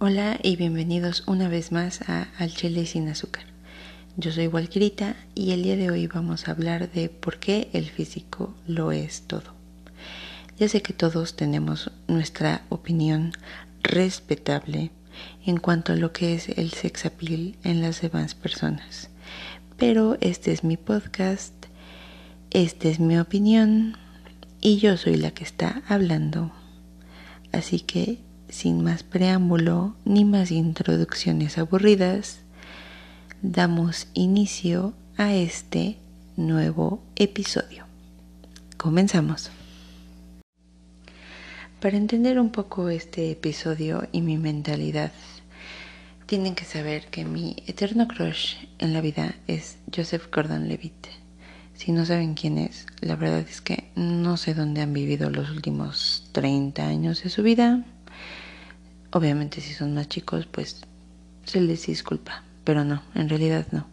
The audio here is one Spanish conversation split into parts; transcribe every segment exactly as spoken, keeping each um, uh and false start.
Hola y bienvenidos una vez más a Al Chile sin Azúcar. Yo soy Walquirita y el día de hoy vamos a hablar de por qué el físico lo es todo. Ya sé que todos tenemos nuestra opinión respetable en cuanto a lo que es el sex appeal en las demás personas, pero este es mi podcast, esta es mi opinión y yo soy la que está hablando. Así que sin más preámbulo ni más introducciones aburridas, damos inicio a este nuevo episodio. Comenzamos. Para entender un poco este episodio y mi mentalidad, tienen que saber que mi eterno crush en la vida es Joseph Gordon-Levitt. Si no saben quién es, la verdad es que no sé dónde han vivido los últimos treinta años de su vida. Obviamente si son más chicos, pues se les disculpa, pero no, en realidad no.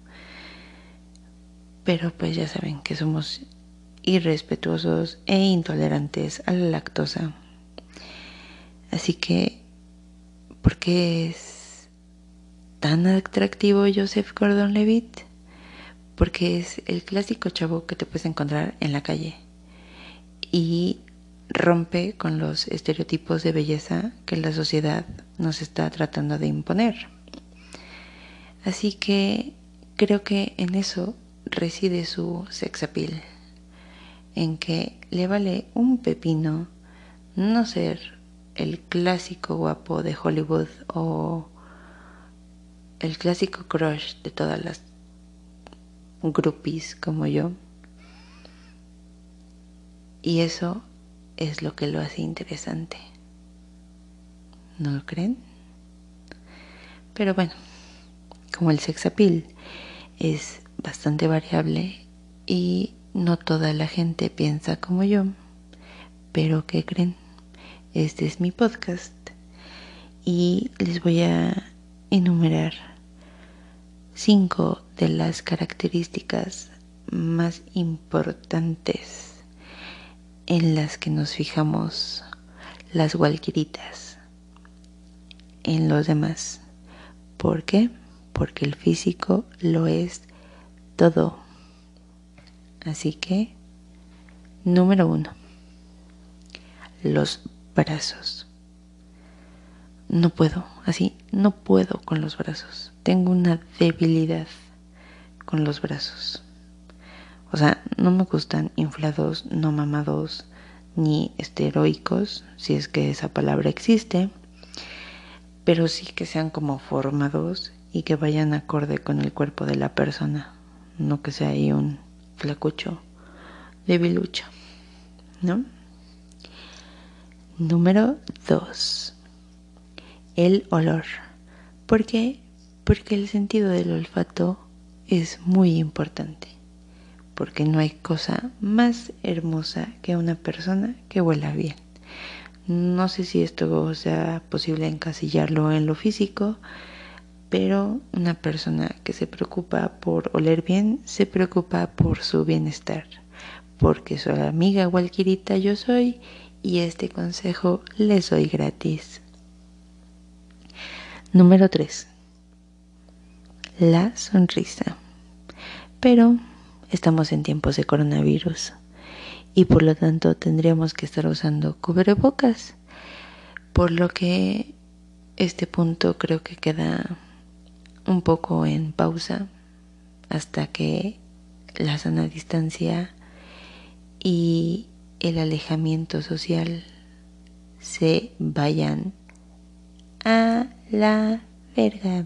Pero pues ya saben que somos irrespetuosos e intolerantes a la lactosa. Así que, ¿por qué es tan atractivo Joseph Gordon-Levitt? Porque es el clásico chavo que te puedes encontrar en la calle y rompe con los estereotipos de belleza que la sociedad nos está tratando de imponer. Así que creo que en eso reside su sex appeal, en que le vale un pepino no ser el clásico guapo de Hollywood o el clásico crush de todas las groupies como yo. Y eso es lo que lo hace interesante. ¿No lo creen? Pero bueno, como el sex appeal es bastante variable y no toda la gente piensa como yo, pero ¿qué creen? Este es mi podcast y les voy a enumerar cinco de las características más importantes en las que nos fijamos las walquiritas en los demás. ¿Por qué? Porque el físico lo es todo. Así que, número uno, los brazos. No puedo, así, no puedo con los brazos. Tengo una debilidad con los brazos. O sea, no me gustan inflados, no mamados, ni esteroicos, si es que esa palabra existe, pero sí que sean como formados y que vayan acorde con el cuerpo de la persona, no que sea ahí un flacucho debilucho, ¿no? Número dos, el olor. ¿Por qué? Porque el sentido del olfato es muy importante. Porque no hay cosa más hermosa que una persona que huela bien. No sé si esto sea posible encasillarlo en lo físico, pero una persona que se preocupa por oler bien, se preocupa por su bienestar. Porque soy amiga Walquirita yo soy, y este consejo les doy gratis. Número tres. La sonrisa. Pero estamos en tiempos de coronavirus y por lo tanto tendríamos que estar usando cubrebocas, por lo que este punto creo que queda un poco en pausa hasta que la sana distancia y el alejamiento social se vayan a la verga.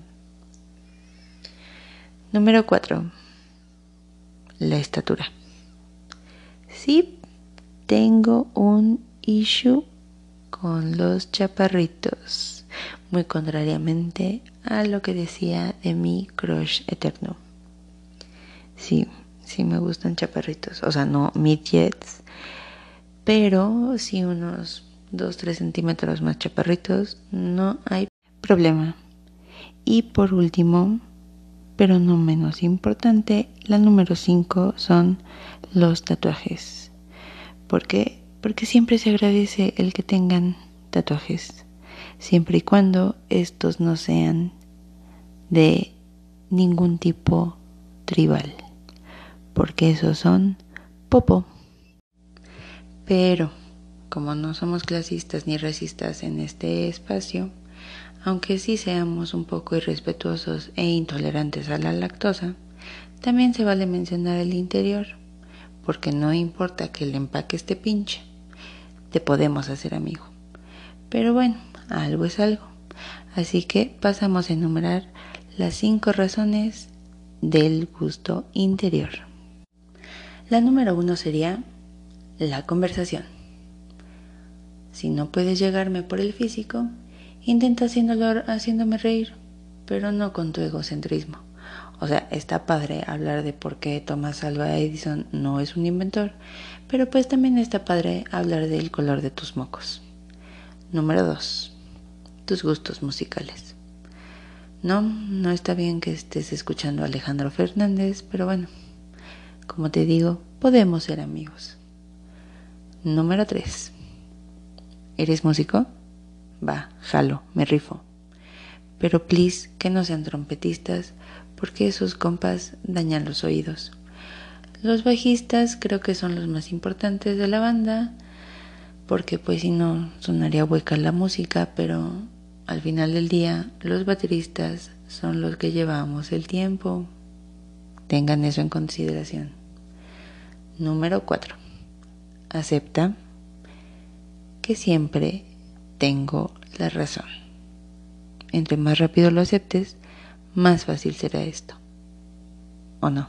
Número cuatro. La estatura. Sí, tengo un issue con los chaparritos, muy contrariamente a lo que decía de mi crush eterno. Sí, sí me gustan chaparritos, o sea, no midgets, pero sí unos dos a tres centímetros más chaparritos, no hay problema. Y por último, pero no menos importante, la número cinco son los tatuajes. ¿Por qué? Porque siempre se agradece el que tengan tatuajes. siempre y cuando estos no sean de ningún tipo tribal, porque esos son popo. Pero como no somos clasistas ni racistas en este espacio, aunque sí seamos un poco irrespetuosos e intolerantes a la lactosa, también se vale mencionar el interior, porque no importa que el empaque esté pinche, te podemos hacer amigo. Pero bueno, algo es algo. Así que pasamos a enumerar las cinco razones del gusto interior. La número uno sería la conversación. Si no puedes llegarme por el físico, intenta haciéndolo, haciéndome reír, pero no con tu egocentrismo. O sea, está padre hablar de por qué Thomas Alva Edison no es un inventor, pero pues también está padre hablar del color de tus mocos. Número dos. Tus gustos musicales. No, no está bien que estés escuchando a Alejandro Fernández, pero bueno, como te digo, podemos ser amigos. Número tres. ¿Eres músico? Va, jalo, me rifo. Pero please, que no sean trompetistas, porque esos compas dañan los oídos. Los bajistas creo que son los más importantes de la banda, porque pues si no sonaría hueca la música, pero al final del día los bateristas son los que llevamos el tiempo. Tengan eso en consideración. Número cuatro. Acepta que siempre tengo la razón. Entre más rápido lo aceptes, más fácil será esto. ¿O no?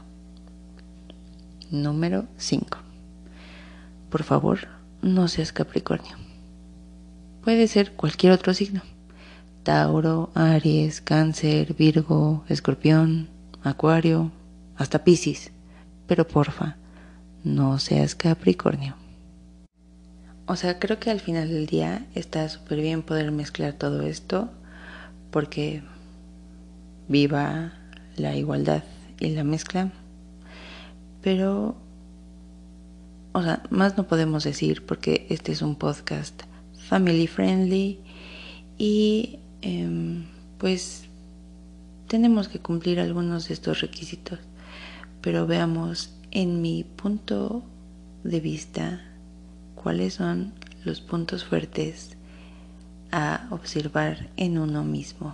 Número cinco. Por favor, no seas Capricornio. Puede ser cualquier otro signo. Tauro, Aries, Cáncer, Virgo, Escorpión, Acuario, hasta Piscis. Pero porfa, no seas Capricornio. O sea, creo que al final del día está súper bien poder mezclar todo esto, porque viva la igualdad y la mezcla. Pero, o sea, más no podemos decir, porque este es un podcast family friendly y eh, pues tenemos que cumplir algunos de estos requisitos. Pero veamos en mi punto de vista cuáles son los puntos fuertes a observar en uno mismo.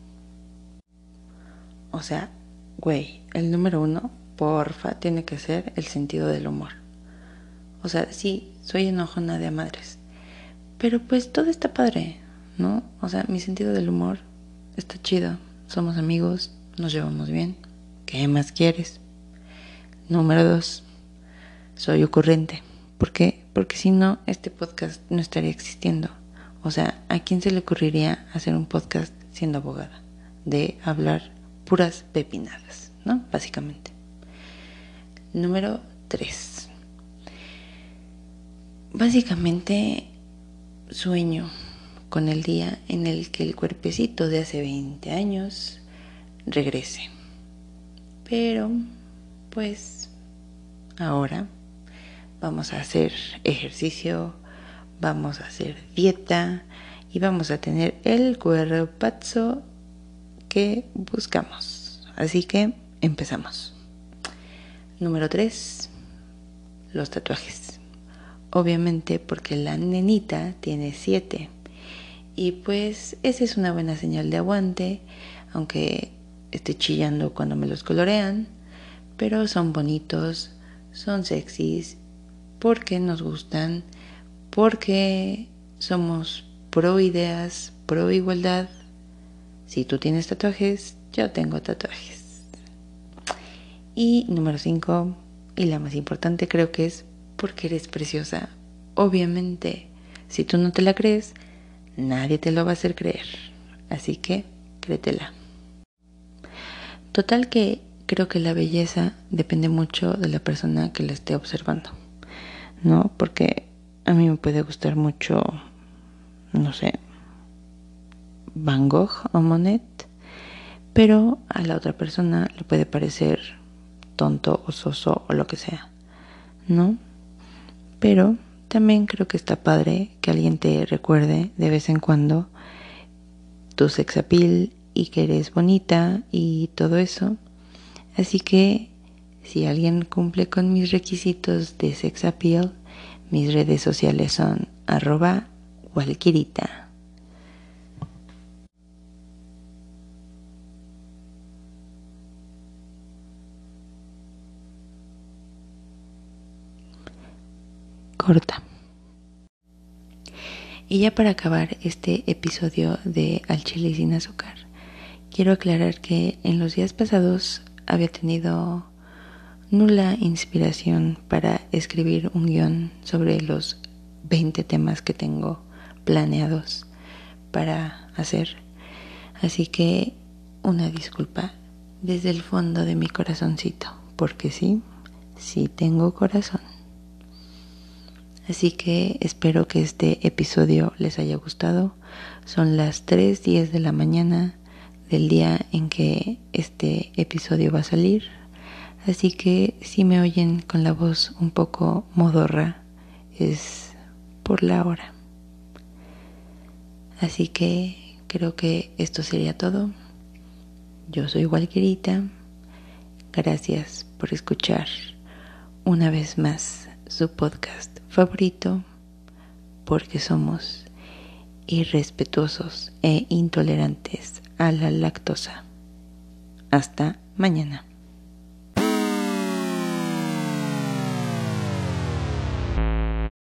O sea, güey, el número uno, porfa, tiene que ser el sentido del humor. O sea, sí, soy enojona de a madres, pero pues todo está padre, ¿no? O sea, mi sentido del humor está chido. Somos amigos, nos llevamos bien. ¿Qué más quieres? Número dos, soy ocurrente. ¿Por qué? Porque si no, este podcast no estaría existiendo. O sea, ¿a quién se le ocurriría hacer un podcast siendo abogada? De hablar puras pepinadas, ¿no? Básicamente. Número tres. Básicamente sueño con el día en el que el cuerpecito de hace veinte años regrese. Pero, pues, ahora vamos a hacer ejercicio, vamos a hacer dieta y vamos a tener el cuerpazo que buscamos. Así que empezamos. Número tres. Los tatuajes. Obviamente porque la nenita tiene siete. Y pues esa es una buena señal de aguante, aunque esté chillando cuando me los colorean. Pero son bonitos, son sexys, porque nos gustan, porque somos pro ideas, pro igualdad. Si tú tienes tatuajes, yo tengo tatuajes. Y número cinco, y la más importante creo que es porque eres preciosa. Obviamente, si tú no te la crees, nadie te lo va a hacer creer. Así que, créetela. Total que creo que la belleza depende mucho de la persona que la esté observando, ¿no? Porque a mí me puede gustar mucho, no sé, Van Gogh o Monet, pero a la otra persona le puede parecer tonto o soso o lo que sea, ¿no? Pero también creo que está padre que alguien te recuerde de vez en cuando tu sex appeal y que eres bonita y todo eso. Así que si alguien cumple con mis requisitos de sex appeal, mis redes sociales son arroba walkirita. Corta. Y ya para acabar este episodio de Al Chile Sin Azúcar, quiero aclarar que en los días pasados había tenido nula inspiración para escribir un guión sobre los veinte temas que tengo planeados para hacer. Así que una disculpa desde el fondo de mi corazoncito, porque sí, sí tengo corazón. Así que espero que este episodio les haya gustado. Son las tres diez de la mañana del día en que este episodio va a salir. Así que si me oyen con la voz un poco modorra, es por la hora. Así que creo que esto sería todo. Yo soy Walkirita. Gracias por escuchar una vez más su podcast favorito, porque somos irrespetuosos e intolerantes a la lactosa. Hasta mañana.